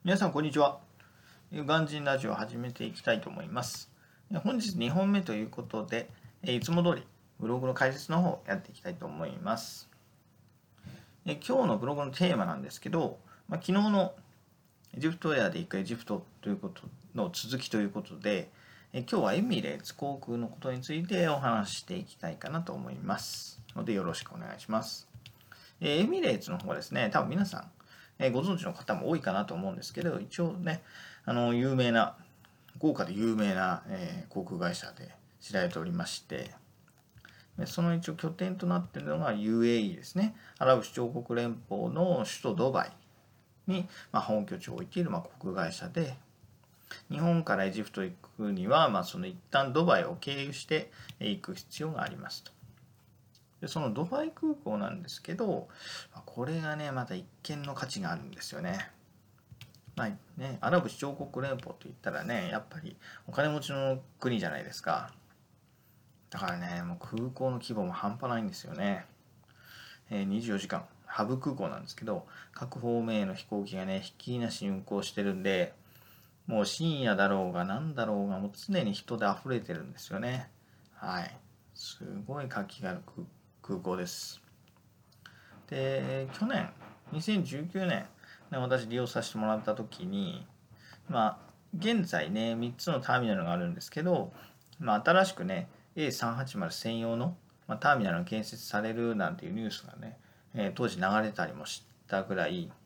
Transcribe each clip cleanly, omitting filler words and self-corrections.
皆さんこんにちは。ユガンジンラジオを始めていきたいと思います。本日2本目ということで、いつも通りブログの解説の方をやっていきたいと思います。今日のブログのテーマなんですけど、昨日のエジプトエアで行くエジプトということの続きということで、今日はエミレーツ航空のことについてお話ししていきたいかなと思いますのでよろしくお願いします。エミレーツの方はですね、多分皆さんご存知の方も多いかなと思うんですけど、一応ね、有名な、豪華で有名な、航空会社で知られておりまして、その一応拠点となっているのが UAE ですね。アラブ首長国連邦の首都ドバイに、本拠地を置いている、航空会社で、日本からエジプト行くには、その一旦ドバイを経由して行く必要がありますと。でそのドバイ空港なんですけど、これがね、また一見の価値があるんですよね。アラブ首長国連邦といったらね、やっぱりお金持ちの国じゃないですか。だからね、もう空港の規模も半端ないんですよね。24時間、ハブ空港なんですけど、各方面への飛行機がね、ひっきりなしに運航してるんで、もう深夜だろうが何だろうが、もう常に人で溢れてるんですよね。はい。すごい活気がある空港です。で、去年、2019年、ね、私利用させてもらった時に、現在ね、3つのターミナルがあるんですけど、新しくね、A380 専用の、ターミナルが建設されるなんていうニュースがね、当時流れたりもしたぐらい、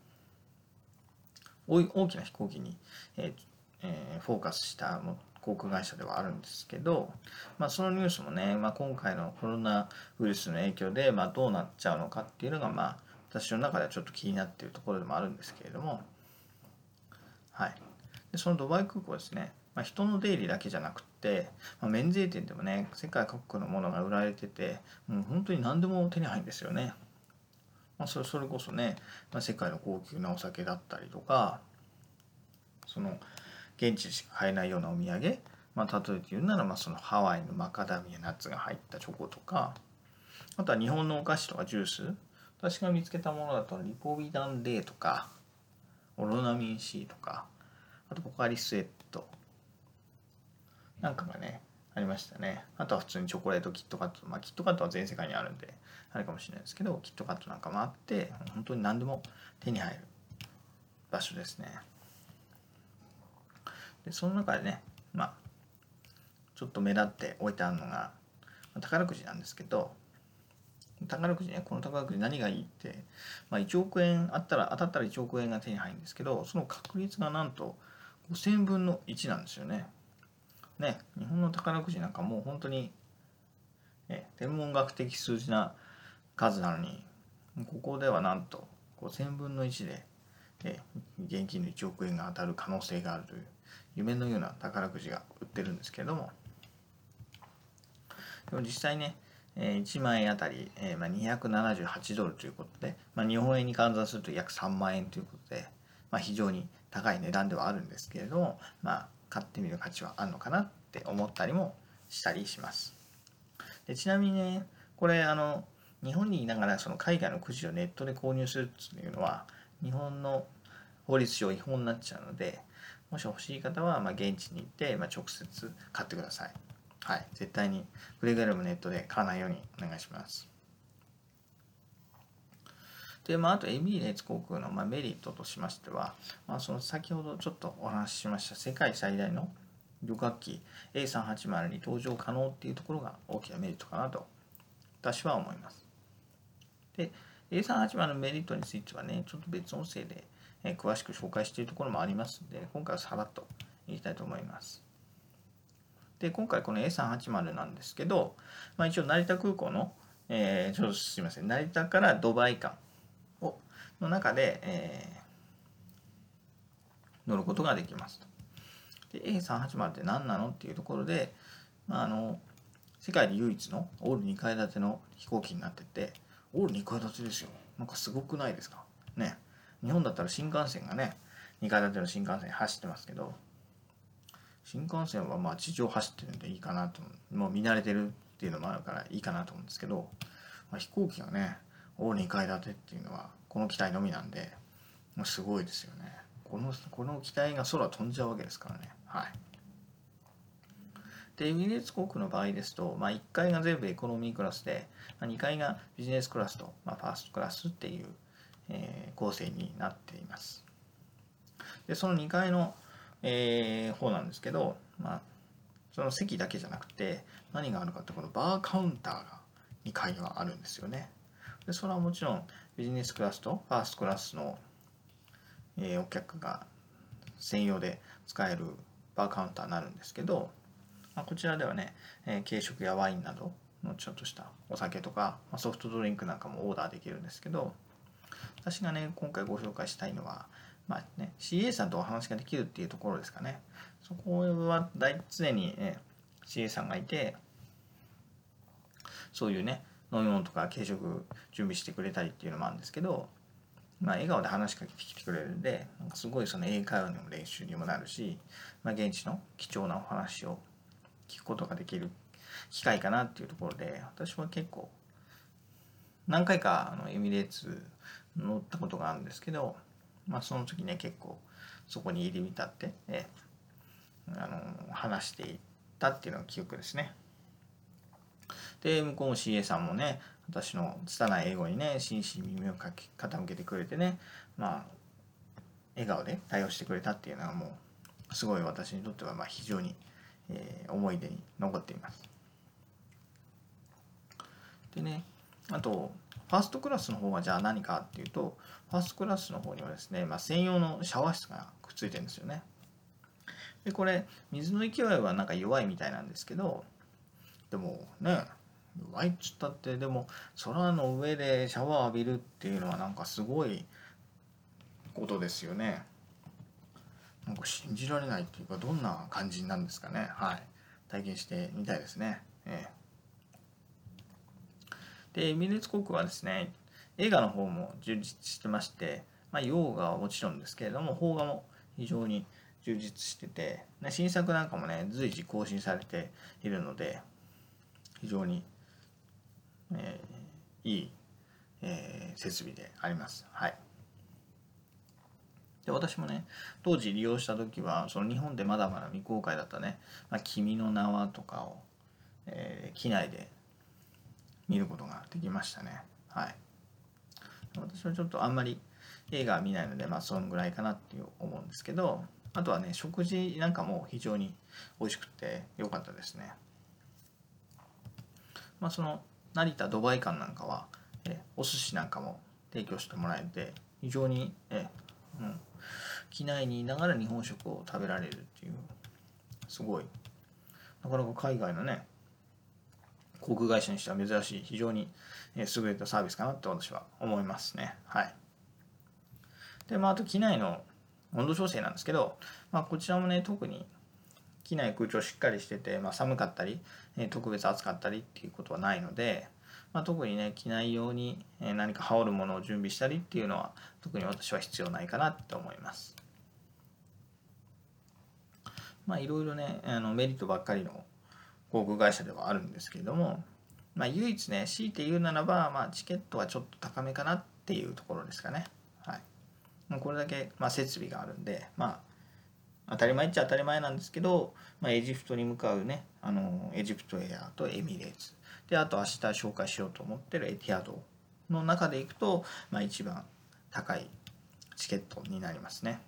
大きな飛行機に、フォーカスした航空会社ではあるんですけど、そのニュースもね、今回のコロナウイルスの影響で、どうなっちゃうのかっていうのが、私の中ではちょっと気になっているところでもあるんですけれども、はい。でそのドバイ空港ですね、人の出入りだけじゃなくて、免税店でもね、世界各国のものが売られてて、もう本当に何でも手に入るんですよね。それこそね、世界の高級なお酒だったりとか、その現地でしか買えないようなお土産、例えて言うならそのハワイのマカダミアナッツが入ったチョコとか、あとは日本のお菓子とかジュース、私が見つけたものだとリポビタンデーとかオロナミン C とか、あとポカリスエットなんかがねありましたね。あとは普通にチョコレートキットカット、キットカットは全世界にあるんであれかもしれないですけど、キットカットなんかもあって、本当に何でも手に入る場所ですね。でその中でね、ちょっと目立って置いてあるのが宝くじなんですけど、宝くじね、この宝くじ何がいいって、1億円当たったら1億円が手に入るんですけど、その確率がなんと5000分の1なんですよね。日本の宝くじなんかもう本当に、天文学的数字な数なのに、ここではなんと5000分の1で、現金の1億円が当たる可能性があるという夢のような宝くじが売ってるんですけれども、でも実際ね、1万円あたり278ドルということで、日本円に換算すると約3万円ということで、非常に高い値段ではあるんですけれども、買ってみる価値はあるのかなって思ったりもしたりします。でちなみにね、これ日本にいながらその海外のくじをネットで購入するっていうのは日本の法律上違法になっちゃうので、もし欲しい方は現地に行って直接買ってください。はい、絶対にくれぐれもネットで買わないようにお願いします。で、あとエミレーツ航空のメリットとしましては、その先ほどちょっとお話ししました世界最大の旅客機 A380 に搭乗可能っていうところが大きなメリットかなと私は思います。で、A380 のメリットについてはね、ちょっと別音声で詳しく紹介しているところもありますので、今回はさらっと言いたいと思います。で、今回この A380 なんですけど、一応成田空港の、ちょっとすいません、成田からドバイ間の中で、乗ることができますと。で、A380 って何なのっていうところで、世界で唯一のオール2階建ての飛行機になってて、オール2階建てですよ。なんかすごくないですかね。日本だったら新幹線がね、2階建ての新幹線走ってますけど、新幹線は地上走ってるんでいいかなと、もう見慣れてるっていうのもあるからいいかなと思うんですけど、飛行機がね、オール2階建てっていうのはこの機体のみなんで、もうすごいですよね。 この機体が空飛んじゃうわけですからね。はい。で、エミレーツ航空の場合ですと、1階が全部エコノミークラスで、2階がビジネスクラスと、ファーストクラスっていう、構成になっています。で、その2階の、方なんですけど、その席だけじゃなくて、何があるかって、このバーカウンターが2階にはあるんですよね。で、それはもちろんビジネスクラスとファーストクラスの、お客が専用で使えるバーカウンターになるんですけど、こちらではね、軽食やワインなどのちょっとしたお酒とか、ソフトドリンクなんかもオーダーできるんですけど、私がね、今回ご紹介したいのは、CA さんとお話ができるっていうところですかね。そこは常に、CA さんがいて、そういうね、飲み物とか軽食準備してくれたりっていうのもあるんですけど、笑顔で話しかけてきてくれるんで、なんかすごいその英会話の練習にもなるし、現地の貴重なお話を聞くことができる機会かなっていうところで、私は結構何回かエミレーツ乗ったことがあるんですけど、その時ね、結構そこに入り浸って、話していったっていうのが記憶ですね。で、向こうも CA さんもね、私の拙い英語にね、真摯に耳を傾けてくれてね、笑顔で対応してくれたっていうのはもう、すごい私にとっては非常に、思い出に残っています。でね、あと、ファーストクラスの方はじゃあ何かっていうと、ファーストクラスの方にはですね、専用のシャワー室がくっついてるんですよね。で、これ、水の勢いはなんか弱いみたいなんですけど、でもね、弱いっつったって、でも空の上でシャワー浴びるっていうのはなんかすごいことですよね。なんか信じられないっていうか、どんな感じなんですかね。はい。体験してみたいですね。で、エミレーツ航空はですね、映画の方も充実してまして、洋画はもちろんですけれども、邦画も非常に充実してて、新作なんかもね、随時更新されているので、非常に、いい、設備であります。はい。で、私もね、当時利用した時は、その日本でまだまだ未公開だったね、君の名はとかを、機内で見ることができましたね。はい。私はちょっとあんまり映画は見ないので、そのぐらいかなって思うんですけど、あとはね、食事なんかも非常に美味しくて良かったですね。その成田ドバイ間なんかは、お寿司なんかも提供してもらえて、非常に、機内にいながら日本食を食べられるっていう、すごい、なかなか海外のね、航空会社にしては珍しい、非常に優れたサービスかなって私は思いますね。はい。で、あと機内の温度調整なんですけど、こちらもね、特に機内空調しっかりしてて、寒かったり、特別暑かったりっていうことはないので、特にね、機内用に何か羽織るものを準備したりっていうのは、特に私は必要ないかなって思います。いろいろね、メリットばっかりの航空会社ではあるんですけれども、唯一ね、強いて言うならば、チケットはちょっと高めかなっていうところですかね。はい。これだけ、設備があるんで、当たり前っちゃ当たり前なんですけど、エジプトに向かうね、エジプトエアとエミレーツ。で、あと明日紹介しようと思ってるエティハドの中でいくと、一番高いチケットになりますね。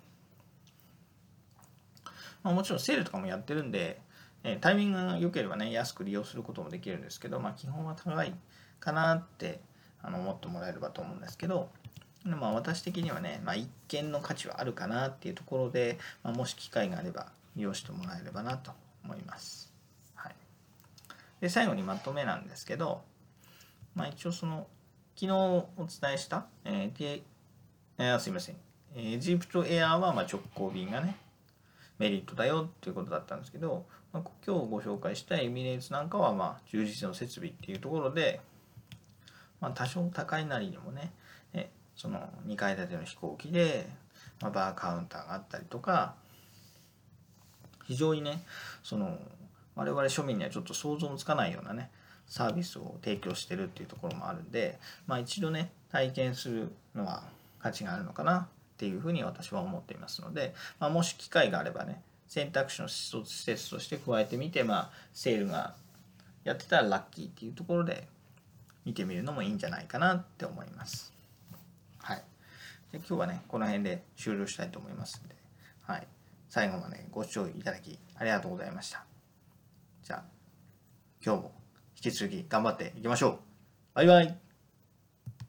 もちろんセールとかもやってるんで、タイミングが良ければね、安く利用することもできるんですけど、基本は高いかなって思ってもらえればと思うんですけど、私的にはね、一見の価値はあるかなっていうところで、もし機会があれば利用してもらえればなと思います。はい。で、最後にまとめなんですけど、一応その、昨日お伝えした、すいません。エジプトエアーは直行便がね、メリットだよっていうことだったんですけど、今日ご紹介したエミレーツなんかは充実の設備っていうところで、多少高いなりにもね、その2階建ての飛行機で、バーカウンターがあったりとか、非常にね、その我々庶民にはちょっと想像もつかないようなね、サービスを提供してるっていうところもあるんで、一度ね、体験するのは価値があるのかなってっていうふうに私は思っていますので、もし機会があればね、選択肢の一つとして加えてみて、セールがやってたらラッキーっていうところで見てみるのもいいんじゃないかなって思います。はい。で今日はね、この辺で終了したいと思いますので、はい。最後までご視聴いただきありがとうございました。じゃあ、今日も引き続き頑張っていきましょう。バイバイ。